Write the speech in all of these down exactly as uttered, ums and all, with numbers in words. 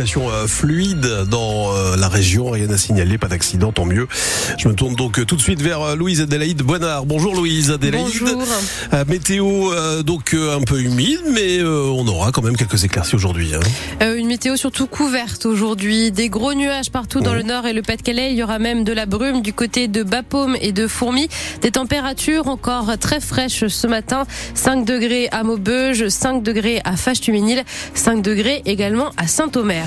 circulation euh, fluide dans euh, la région. Rien à signaler, pas d'accident, tant mieux. Je me tourne donc euh, tout de suite vers euh, Louise Adélaïde Boinard. Bonjour Louise Adélaïde. Bonjour. Euh, météo euh, donc euh, un peu humide, mais euh, on aura quand même quelques éclaircies aujourd'hui. Hein. Euh, une météo surtout couverte aujourd'hui. Des gros nuages partout dans mmh. le nord et le Pas-de-Calais. Il y aura même de la brume du côté de Bapaume et de Fourmies. Des températures encore très fraîches ce matin. cinq degrés à Maubeuge, cinq degrés à Fâche-Tuménil, cinq degrés également à Saint-Omer.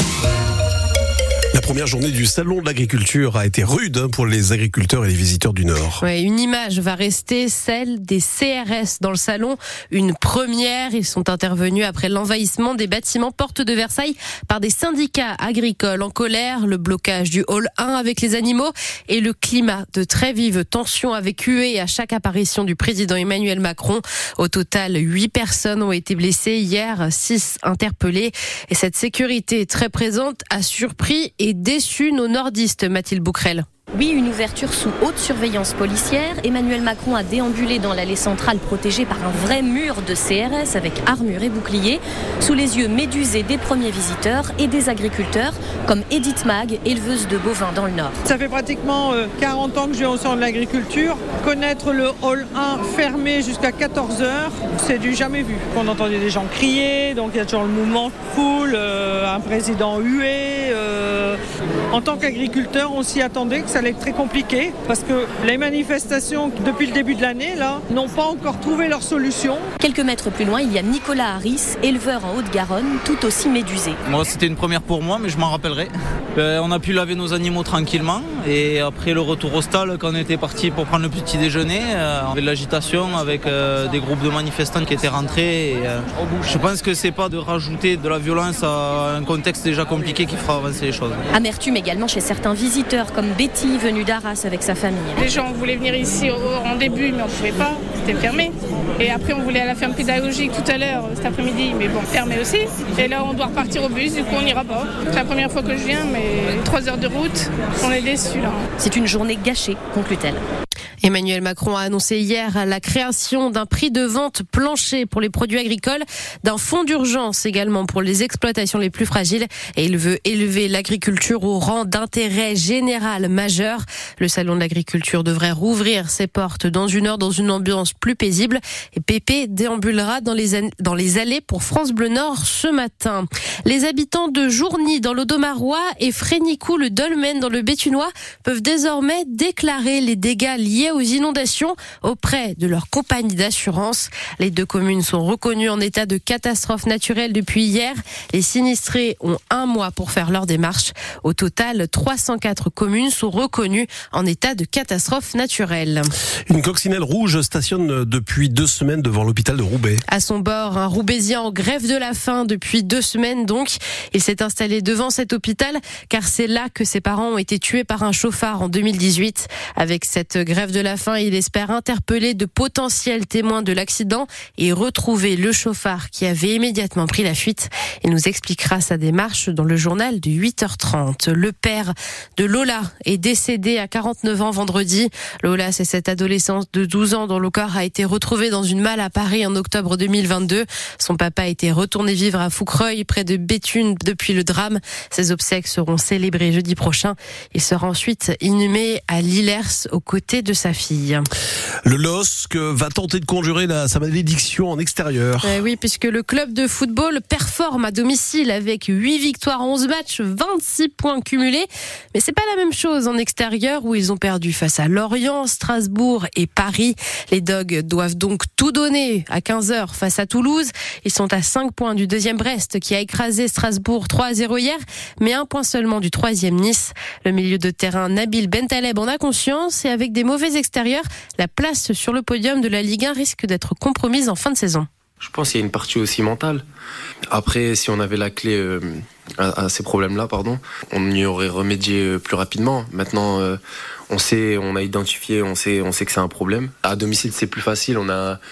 La première journée du salon de l'agriculture a été rude pour les agriculteurs et les visiteurs du Nord. Ouais, une image va rester, celle des C R S dans le salon. Une première, ils sont intervenus après l'envahissement des bâtiments porte de Versailles par des syndicats agricoles en colère, le blocage du hall un avec les animaux et le climat de très vive tension avec huées à chaque apparition du président Emmanuel Macron. Au total, huit personnes ont été blessées hier, six interpellées. Et cette sécurité très présente a surpris et déçu nos nordistes, Mathilde Bouquerel. Oui, une ouverture sous haute surveillance policière. Emmanuel Macron a déambulé dans l'allée centrale protégée par un vrai mur de C R S avec armure et bouclier, sous les yeux médusés des premiers visiteurs et des agriculteurs, comme Edith Mag, éleveuse de bovins dans le Nord. Ça fait pratiquement quarante ans que je viens au centre de l'agriculture. Connaître le hall un fermé jusqu'à quatorze heures, c'est du jamais vu. On entendait des gens crier, donc il y a toujours le mouvement de foule, euh, un président hué. Euh... En tant qu'agriculteur, on s'y attendait que ça allait être très compliqué parce que les manifestations depuis le début de l'année là n'ont pas encore trouvé leur solution. Quelques mètres plus loin, il y a Nicolas Harris, éleveur en Haute-Garonne, tout aussi médusé. Moi, c'était une première pour moi, mais je m'en rappellerai. Euh, on a pu laver nos animaux tranquillement et après le retour au stade, quand on était parti pour prendre le petit déjeuner, euh, on avait de l'agitation avec euh, des groupes de manifestants qui étaient rentrés. Et, euh, je pense que c'est pas de rajouter de la violence à un contexte déjà compliqué qui fera avancer les choses. Amertume également chez certains visiteurs comme Betty, venue d'Arras avec sa famille. Les gens voulaient venir ici en début, mais on ne pouvait pas, c'était fermé. Et après, on voulait à la ferme pédagogique tout à l'heure, cet après-midi, mais bon, fermé aussi. Et là, on doit repartir au bus, du coup, on n'ira pas. C'est la première fois que je viens, mais trois heures de route, on est déçus là. C'est une journée gâchée, conclut-elle. Emmanuel Macron a annoncé hier la création d'un prix de vente plancher pour les produits agricoles, d'un fonds d'urgence également pour les exploitations les plus fragiles et il veut élever l'agriculture au rang d'intérêt général majeur. Le salon de l'agriculture devrait rouvrir ses portes dans une heure dans une ambiance plus paisible et Pépé déambulera dans les, dans les allées pour France Bleu Nord ce matin. Les habitants de Journy dans l'Audomarois et Frénicou le Dolmen dans le Béthunois peuvent désormais déclarer les dégâts liés aux inondations auprès de leur compagnie d'assurance. Les deux communes sont reconnues en état de catastrophe naturelle depuis hier. Les sinistrés ont un mois pour faire leur démarche. Au total, trois cent quatre communes sont reconnues en état de catastrophe naturelle. Une coccinelle rouge stationne depuis deux semaines devant l'hôpital de Roubaix. À son bord, un Roubaisien en grève de la faim depuis deux semaines donc. Il s'est installé devant cet hôpital car c'est là que ses parents ont été tués par un chauffard en deux mille dix-huit. Avec cette grève de la fin, il espère interpeller de potentiels témoins de l'accident et retrouver le chauffard qui avait immédiatement pris la fuite. Il nous expliquera sa démarche dans le journal de huit heures trente. Le père de Lola est décédé à quarante-neuf ans vendredi. Lola, c'est cette adolescente de douze ans dont le corps a été retrouvé dans une malle à Paris en octobre deux mille vingt-deux. Son papa a été retourné vivre à Foucreuil, près de Béthune, depuis le drame. Ses obsèques seront célébrées jeudi prochain. Il sera ensuite inhumé à Lillers aux côtés de sa fille. Le L O S C va tenter de conjurer la, sa malédiction en extérieur. Euh, oui, puisque le club de football performe à domicile avec huit victoires en onze matchs, vingt-six points cumulés. Mais c'est pas la même chose en extérieur où ils ont perdu face à Lorient, Strasbourg et Paris. Les Dogs doivent donc tout donner à quinze heures face à Toulouse. Ils sont à cinq points du deuxième Brest qui a écrasé Strasbourg trois à zéro hier, mais un point seulement du troisième Nice. Le milieu de terrain Nabil Bentaleb en a conscience et avec des mauvais extérieurs, la place sur le podium de la Ligue un risque d'être compromise en fin de saison. Je pense qu'il y a une partie aussi mentale. Après, si on avait la clé euh, à, à ces problèmes-là, pardon, on y aurait remédié plus rapidement. Maintenant, euh, on sait, on a identifié, on sait, on sait que c'est un problème. À domicile, c'est plus facile. On a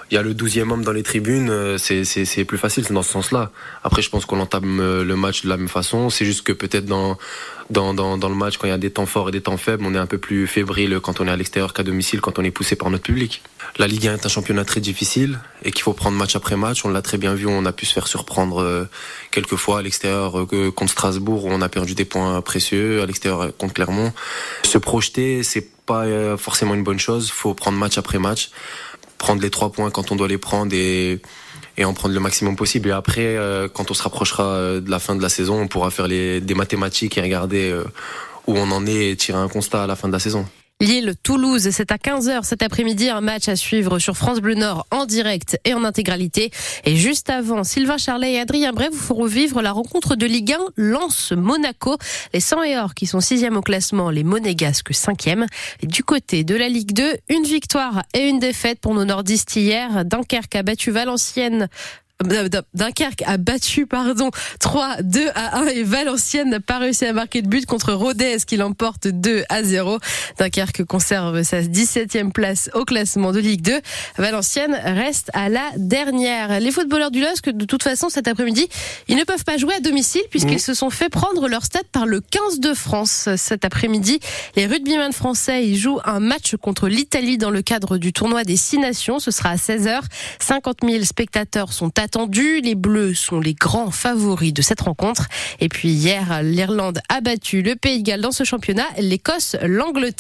il y a le douzième homme dans les tribunes, c'est, c'est, c'est plus facile, c'est dans ce sens-là. Après, je pense qu'on entame le match de la même façon. C'est juste que peut-être dans, dans, dans, dans le match, quand il y a des temps forts et des temps faibles, on est un peu plus fébrile quand on est à l'extérieur qu'à domicile, quand on est poussé par notre public. La Ligue un est un championnat très difficile et qu'il faut prendre match après match. On l'a très bien vu, on a pu se faire surprendre euh, quelques fois à l'extérieur euh, contre Strasbourg, où on a perdu des points précieux, à l'extérieur contre Clermont. Se projeter, c'est pas euh, forcément une bonne chose. Il faut prendre match après match, prendre les trois points quand on doit les prendre et, et en prendre le maximum possible. Et après, euh, quand on se rapprochera de la fin de la saison, on pourra faire les, des mathématiques et regarder euh, où on en est et tirer un constat à la fin de la saison. Lille-Toulouse, c'est à quinze heures cet après-midi, un match à suivre sur France Bleu Nord en direct et en intégralité. Et juste avant, Sylvain Charlet et Adrien Bray vous feront vivre la rencontre de Ligue un Lens-Monaco. Les cent et or qui sont sixième au classement, les Monégasques cinquième. Et du côté de la Ligue deux, une victoire et une défaite pour nos nordistes hier. Dunkerque a battu Valenciennes. Dunkerque a battu pardon trois deux à un et Valenciennes n'a pas réussi à marquer de but contre Rodez qui l'emporte deux à zéro. Dunkerque conserve sa dix-septième place au classement de Ligue deux. Valenciennes reste à la dernière. Les footballeurs du L O S C, de toute façon cet après-midi, ils ne peuvent pas jouer à domicile puisqu'ils mmh. se sont fait prendre leur stade par le quinze de France. Cet après-midi, les rugbyman français ils jouent un match contre l'Italie dans le cadre du tournoi des Six Nations. Ce sera à seize heures. cinquante mille spectateurs sont attendus. Les Bleus sont les grands favoris de cette rencontre. Et puis hier, l'Irlande a battu le Pays de Galles dans ce championnat, l'Écosse, l'Angleterre.